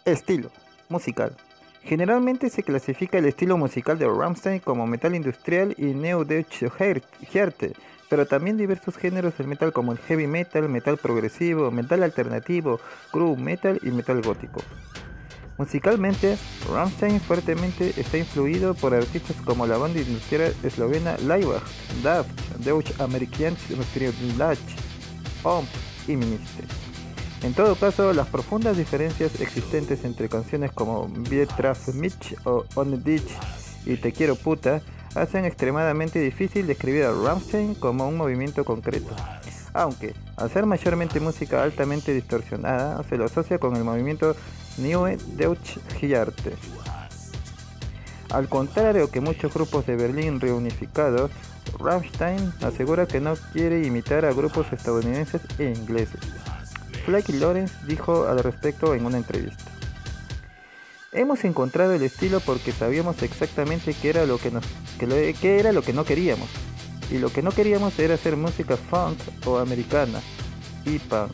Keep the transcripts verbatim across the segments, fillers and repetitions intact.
Estilo musical. Generalmente se clasifica el estilo musical de Rammstein como metal industrial y Neo-Deutsche Härte, pero también diversos géneros del metal como el heavy metal, metal progresivo, metal alternativo, groove metal y metal gótico. Musicalmente, Rammstein fuertemente está influido por artistas como la banda industrial eslovena Laibach, Daft, Deutsche Amerikanische Village, O M P y Ministry. En todo caso, las profundas diferencias existentes entre canciones como Wir treffen mich o Ohne dich y Te quiero puta hacen extremadamente difícil describir a Rammstein como un movimiento concreto, aunque, al ser mayormente música altamente distorsionada, se lo asocia con el movimiento Neue Deutsche Härte. Al contrario que muchos grupos de Berlín reunificados, Rammstein asegura que no quiere imitar a grupos estadounidenses e ingleses. Flake Lawrence dijo al respecto en una entrevista: hemos encontrado el estilo porque sabíamos exactamente qué era lo que, nos, que, lo, qué era lo que no queríamos, y lo que no queríamos era hacer música funk o americana y punk,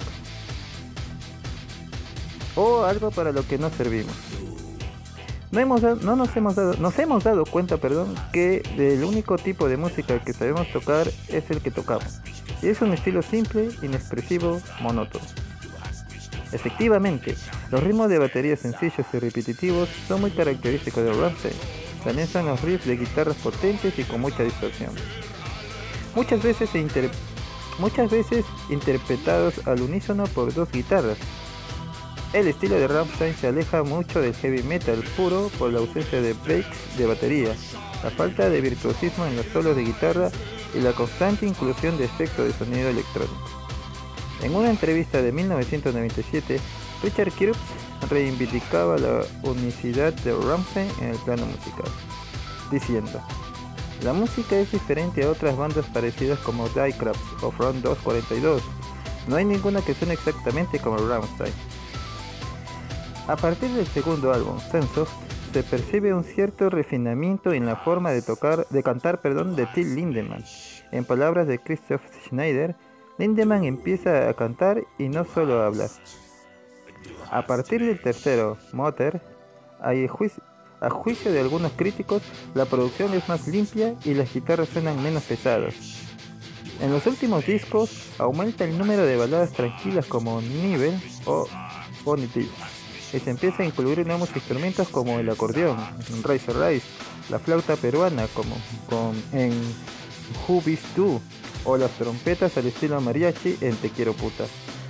o algo para lo que no servimos. No, hemos dado, no nos, hemos dado, nos hemos dado cuenta perdón, que el único tipo de música que sabemos tocar es el que tocamos, y es un estilo simple, inexpresivo, monótono. Efectivamente, los ritmos de batería sencillos y repetitivos son muy característicos de Rammstein. También son los riffs de guitarras potentes y con mucha distorsión. Muchas veces, se inter... Muchas veces interpretados al unísono por dos guitarras. El estilo de Rammstein se aleja mucho del heavy metal puro por la ausencia de breaks de batería, la falta de virtuosismo en los solos de guitarra y la constante inclusión de efectos de sonido electrónico. En una entrevista de mil novecientos noventa y siete, Richard Kirby reivindicaba la unicidad de Rammstein en el plano musical, diciendo: la música es diferente a otras bandas parecidas como Die Krabs o Front doscientos cuarenta y dos. No hay ninguna que suene exactamente como Rammstein. A partir del segundo álbum, Sehnsucht, se percibe un cierto refinamiento en la forma de tocar, de cantar, perdón, de Till Lindemann. En palabras de Christoph Schneider, Lindemann empieza a cantar y no solo a hablar. A partir del tercero, Motor, a juicio, a juicio de algunos críticos, la producción es más limpia y las guitarras suenan menos pesadas. En los últimos discos aumenta el número de baladas tranquilas como Nibel o Bonitil, y se empieza a incluir nuevos instrumentos como el acordeón en Rise Rise, la flauta peruana como con, en Who Bist Du, o las trompetas al estilo mariachi en Te quiero puta.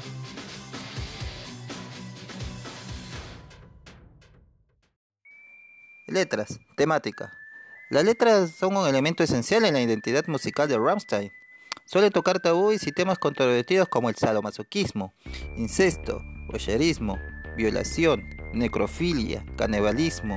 Letras, temática. Las letras son un elemento esencial en la identidad musical de Rammstein. Suele tocar tabúes y temas controvertidos como el sadomasoquismo, incesto, voyeurismo, violación, necrofilia, canibalismo.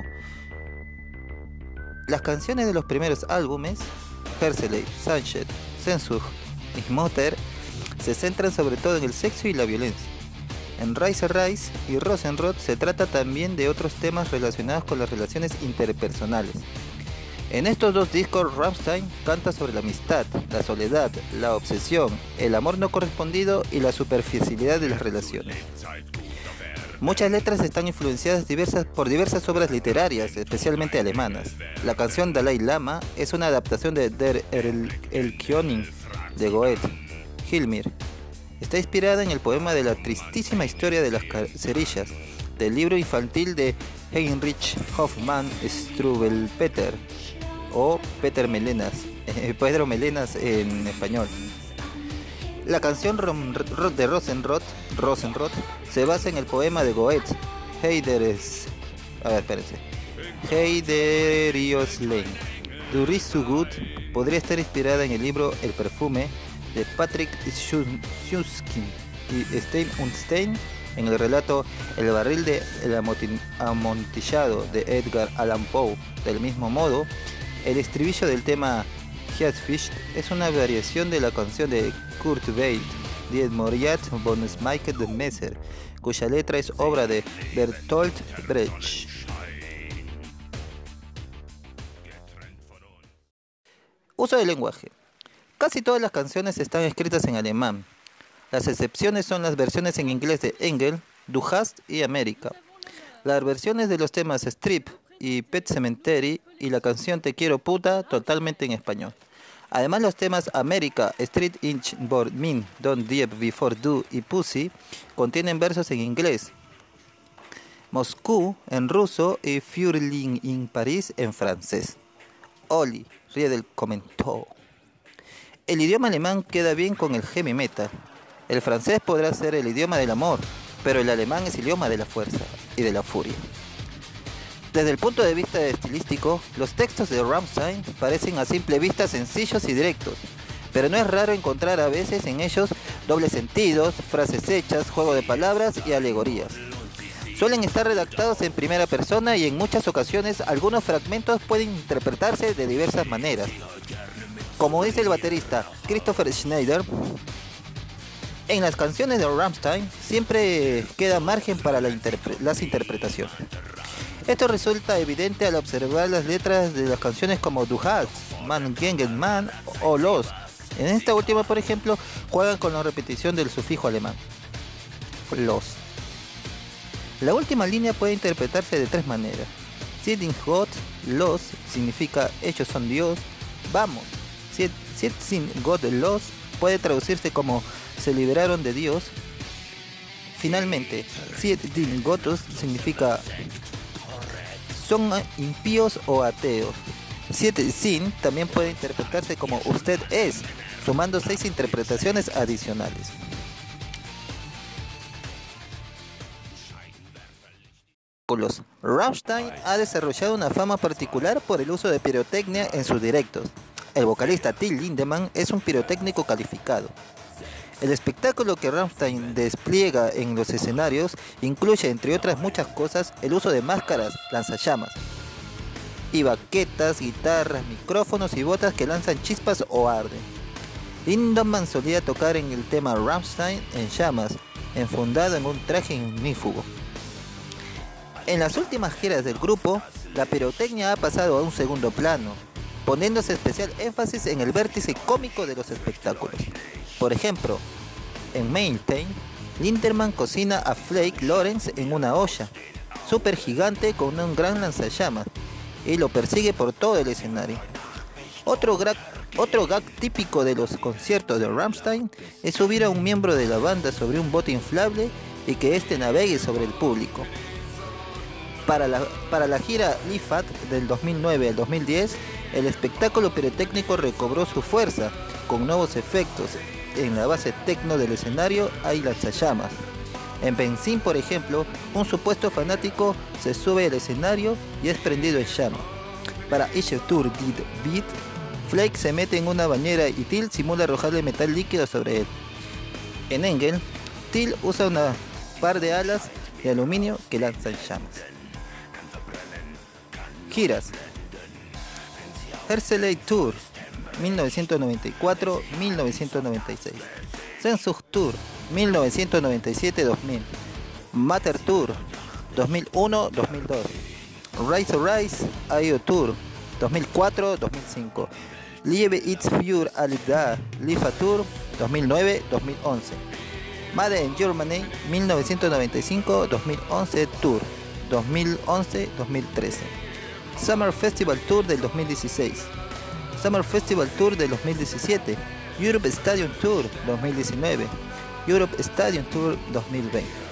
Las canciones de los primeros álbumes, Herzeleid, Sunset, Sehnsucht y Motor, se centran sobre todo en el sexo y la violencia. En Rise Rise y Rosenrod se trata también de otros temas relacionados con las relaciones interpersonales. En estos dos discos, Rammstein canta sobre la amistad, la soledad, la obsesión, el amor no correspondido y la superficialidad de las relaciones. Muchas letras están influenciadas diversas, por diversas obras literarias, especialmente alemanas. La canción Dalai Lama es una adaptación de Der Erlkönig de Goethe. Hilmir está inspirada en el poema de la tristísima historia de las cerillas, del libro infantil de Heinrich Hoffmann Struwwelpeter, o Peter Melenas, eh, Pedro Melenas en español. La canción de Rosenrod, Rosenrod se basa en el poema de Goethe, Heideres, a ver, espérense, Heideriosleng. Du riechst so gut podría estar inspirada en el libro El perfume de Patrick Schuschnigg y Stein und Stein en el relato El barril de El amontillado de Edgar Allan Poe. Del mismo modo, el estribillo del tema Headfish es una variación de la canción de Kurt Weill, Die Moriat von Schmeicke de Messer, cuya letra es obra de Bertolt Brecht. Uso del lenguaje. Casi todas las canciones están escritas en alemán. Las excepciones son las versiones en inglés de Engel, Du hast y America. Las versiones de los temas Strip y Pet Sematary y la canción Te quiero puta totalmente en español. Además, los temas America, Street Inch Board Min, Don't Deep Before Do y Pussy contienen versos en inglés, Moscú en ruso y Furling in Paris en francés. Oli, Riedel comentó: el idioma alemán queda bien con el heavy metal. El francés podrá ser el idioma del amor, pero el alemán es el idioma de la fuerza y de la furia. Desde el punto de vista estilístico, los textos de Rammstein parecen a simple vista sencillos y directos, pero no es raro encontrar a veces en ellos dobles sentidos, frases hechas, juego de palabras y alegorías. Suelen estar redactados en primera persona y en muchas ocasiones algunos fragmentos pueden interpretarse de diversas maneras. Como dice el baterista Christopher Schneider, en las canciones de Rammstein siempre queda margen para la interpre- las interpretaciones. Esto resulta evidente al observar las letras de las canciones como Du hast, Man gegen Man o Los. En esta última, por ejemplo, juegan con la repetición del sufijo alemán, Los. La última línea puede interpretarse de tres maneras. Sie sind Gott, Los significa ellos son Dios, vamos. Sie sind Gott los puede traducirse como se liberaron de Dios. Finalmente, Sie sind Gottes significa son impíos o ateos. Siete sin también puede interpretarse como usted es, sumando seis interpretaciones adicionales. Rammstein ha desarrollado una fama particular por el uso de pirotecnia en sus directos. El vocalista Till Lindemann es un pirotécnico calificado. El espectáculo que Rammstein despliega en los escenarios incluye, entre otras muchas cosas, el uso de máscaras, lanzallamas y baquetas, guitarras, micrófonos y botas que lanzan chispas o arden. Lindemann solía tocar en el tema Rammstein en llamas, enfundado en un traje ignífugo. En las últimas giras del grupo, la pirotecnia ha pasado a un segundo plano, poniéndose especial énfasis en el vértice cómico de los espectáculos. Por ejemplo, en Maintain, Lindemann cocina a Flake Lawrence en una olla super gigante con un gran lanzallamas y lo persigue por todo el escenario. Otro, gra- otro gag típico de los conciertos de Rammstein es subir a un miembro de la banda sobre un bote inflable y que éste navegue sobre el público. Para la, para la gira Liefeld del dos mil nueve al dos mil diez, el espectáculo pirotécnico recobró su fuerza con nuevos efectos. En la base techno del escenario hay lanzallamas. En Benzin, por ejemplo, un supuesto fanático se sube al escenario y es prendido en llama. Para Ich Tour Did Beat, Flake se mete en una bañera y Till simula arrojarle metal líquido sobre él. En Engel, Till usa una par de alas de aluminio que lanzan llamas. Giras: Herzeleid Tour mil novecientos noventa y cuatro a mil novecientos noventa y seis, Sehnsucht Tour mil novecientos noventa y siete a dos mil, Matter Tour dos mil uno a dos mil dos, Rise or Rise I O Tour dos mil cuatro a dos mil cinco, Liebe It's Pure Alida Lifa Tour dos mil nueve a dos mil once, Made in Germany mil novecientos noventa y cinco a dos mil once Tour dos mil once a dos mil trece, Summer Festival Tour del dos mil dieciséis, Summer Festival Tour del dos mil diecisiete, Europe Stadium Tour dos mil diecinueve, Europe Stadium Tour dos mil veinte.